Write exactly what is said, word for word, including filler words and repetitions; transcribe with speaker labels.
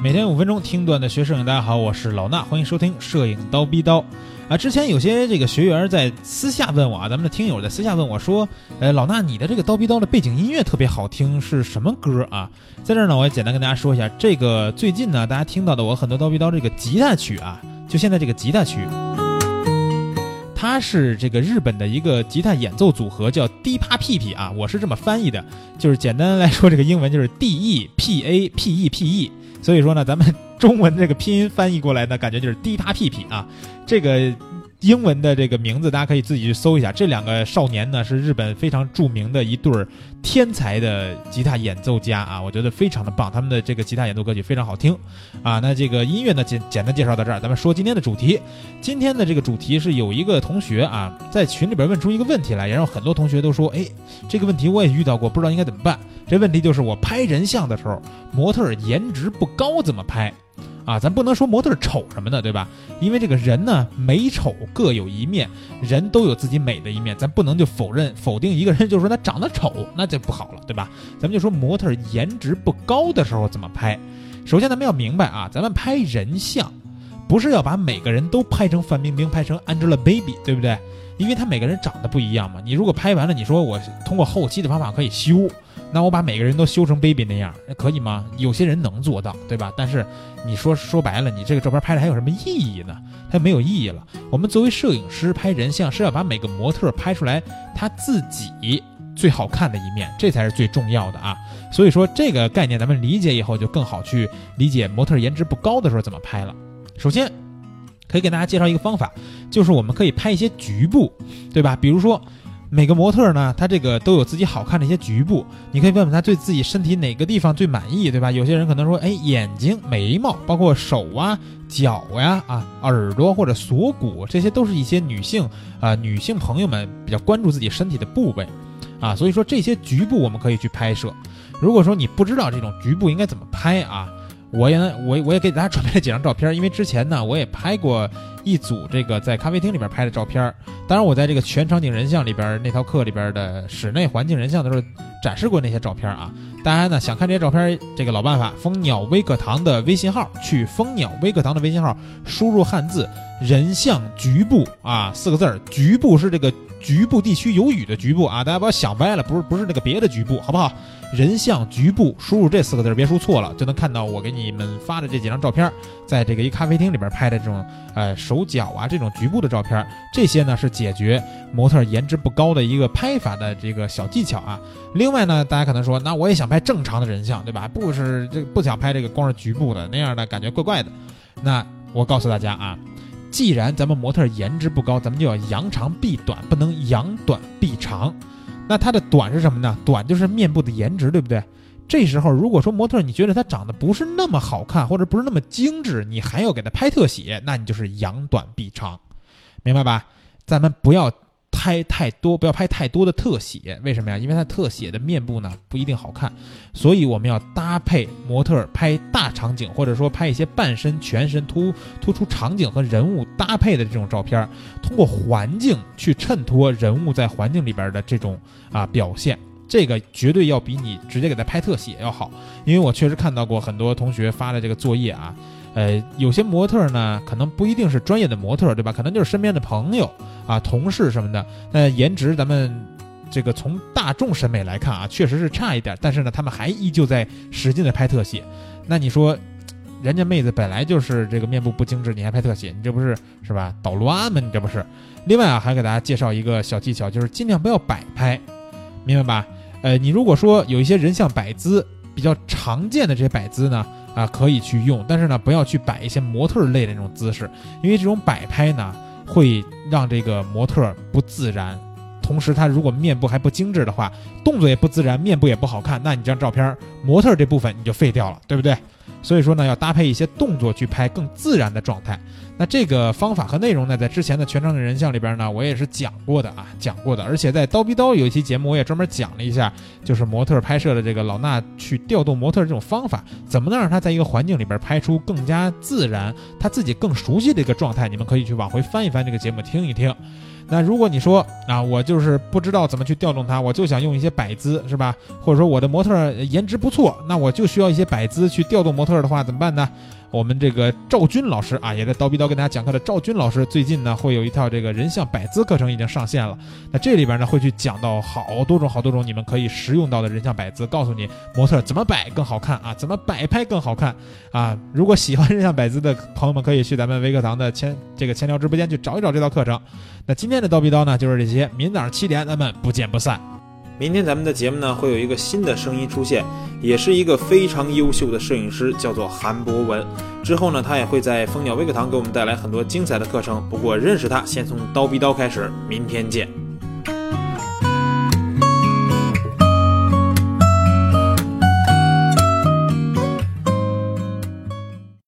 Speaker 1: 每天五分钟听段的学摄影，大家好，我是老衲，欢迎收听摄影刀逼刀啊。之前有些这个学员在私下问我啊，咱们的听友在私下问我说，呃，老衲你的这个刀逼刀的背景音乐特别好听，是什么歌啊？在这儿呢，我也简单跟大家说一下，这个最近呢，大家听到的我很多刀逼刀这个吉他曲啊，就现在这个吉他曲。它是这个日本的一个吉他演奏组合，叫 D 帕 P P 啊，我是这么翻译的，就是简单来说，这个英文就是 D E P A P E P E， 所以说呢，咱们中文这个拼音翻译过来呢，感觉就是 D 帕 P P 啊，这个英文的这个名字大家可以自己去搜一下。这两个少年呢是日本非常著名的一对天才的吉他演奏家啊，我觉得非常的棒，他们的这个吉他演奏歌曲非常好听啊。那这个音乐呢简简单介绍到这儿，咱们说今天的主题。今天的这个主题是有一个同学啊在群里边问出一个问题来，然后很多同学都说，哎，这个问题我也遇到过，不知道应该怎么办。这问题就是我拍人像的时候，模特颜值不高怎么拍？啊，咱不能说模特丑什么的，对吧？因为这个人呢，美丑各有一面，人都有自己美的一面，咱不能就否认否定一个人，就说他长得丑，那就不好了，对吧？咱们就说模特颜值不高的时候怎么拍。首先咱们要明白啊，咱们拍人像，不是要把每个人都拍成范冰冰，拍成 Angelababy， 对不对？因为他每个人长得不一样嘛。你如果拍完了，你说我通过后期的方法可以修，那我把每个人都修成 baby 那样，可以吗？有些人能做到，对吧？但是你说说白了，你这个照片拍的还有什么意义呢？它没有意义了。我们作为摄影师拍人像，是要把每个模特拍出来他自己最好看的一面，这才是最重要的啊。所以说这个概念咱们理解以后，就更好去理解模特颜值不高的时候怎么拍了。首先可以给大家介绍一个方法，就是我们可以拍一些局部，对吧？比如说每个模特呢，他这个都有自己好看的一些局部，你可以问问他对自己身体哪个地方最满意，对吧？有些人可能说，哎，眼睛、眉毛，包括手啊、脚呀、啊、耳朵或者锁骨，这些都是一些女性啊、呃、女性朋友们比较关注自己身体的部位啊，所以说这些局部我们可以去拍摄。如果说你不知道这种局部应该怎么拍啊，我也我我也给大家准备了几张照片，因为之前呢我也拍过一组这个在咖啡厅里边拍的照片，当然我在这个全场景人像里边那套课里边的室内环境人像的时候展示过那些照片啊。大家呢想看这些照片，这个老办法，蜂鸟微课堂的微信号，去蜂鸟微课堂的微信号输入汉字人像局部啊四个字儿，局部是这个局部地区有雨的局部啊，大家不要想歪了，不是不是那个别的局部，好不好？人像局部，输入这四个字别输错了，就能看到我给你们发的这几张照片，在这个一咖啡厅里边拍的这种呃手脚啊这种局部的照片，这些呢是解决模特颜值不高的一个拍法的这个小技巧啊。另外呢，大家可能说，那我也想拍正常的人像，对吧？不是这不想拍这个光是局部的那样的感觉怪怪的。那我告诉大家啊，既然咱们模特颜值不高，咱们就要扬长避短，不能扬短避长。那它的短是什么呢？短就是面部的颜值，对不对？这时候如果说模特你觉得他长得不是那么好看，或者不是那么精致，你还要给他拍特写，那你就是扬短避长，明白吧？咱们不要拍太多，不要拍太多的特写，为什么呀？因为它特写的面部呢不一定好看，所以我们要搭配模特拍大场景，或者说拍一些半身、全身突突出场景和人物搭配的这种照片，通过环境去衬托人物在环境里边的这种啊表现。这个绝对要比你直接给他拍特写要好，因为我确实看到过很多同学发的这个作业啊，呃，有些模特呢可能不一定是专业的模特，对吧？可能就是身边的朋友啊、同事什么的，那颜值咱们这个从大众审美来看啊，确实是差一点，但是呢，他们还依旧在使劲的拍特写。那你说，人家妹子本来就是这个面部不精致，你还拍特写，你这不是是吧？捣乱吗？你这不是？另外啊，还给大家介绍一个小技巧，就是尽量不要摆拍，明白吧？呃，你如果说有一些人像摆姿比较常见的这些摆姿呢，啊，可以去用，但是呢，不要去摆一些模特类的那种姿势，因为这种摆拍呢，会让这个模特不自然。同时，他如果面部还不精致的话，动作也不自然，面部也不好看，那你这张照片模特这部分你就废掉了，对不对？所以说呢，要搭配一些动作去拍更自然的状态。那这个方法和内容呢，在之前的全场景人像里边呢，我也是讲过的啊，讲过的。而且在刀逼刀有一期节目，我也专门讲了一下，就是模特拍摄的这个老衲去调动模特这种方法，怎么能让他在一个环境里边拍出更加自然，他自己更熟悉的一个状态。你们可以去往回翻一翻这个节目听一听。 那如果你说啊，我就是不知道怎么去调动它，我就想用一些摆姿，是吧？或者说我的模特颜值不错，那我就需要一些摆姿去调动模特的话，怎么办呢？我们这个赵军老师啊，也在刀逼刀跟大家讲课的赵军老师，最近呢会有一套这个人像摆姿课程已经上线了。那这里边呢会去讲到好多种好多种你们可以实用到的人像摆姿，告诉你模特怎么摆更好看啊，怎么摆拍更好看啊。如果喜欢人像摆姿的朋友们，可以去咱们微课堂的千这个千聊直播间去找一找这套课程。那今天的刀逼刀呢就是这些，明天早上七点咱们不见不散。
Speaker 2: 明天咱们的节目呢会有一个新的声音出现，也是一个非常优秀的摄影师，叫做韩博文。之后呢他也会在蜂鸟微课堂给我们带来很多精彩的课程，不过认识他先从刀逼刀开始，明天见。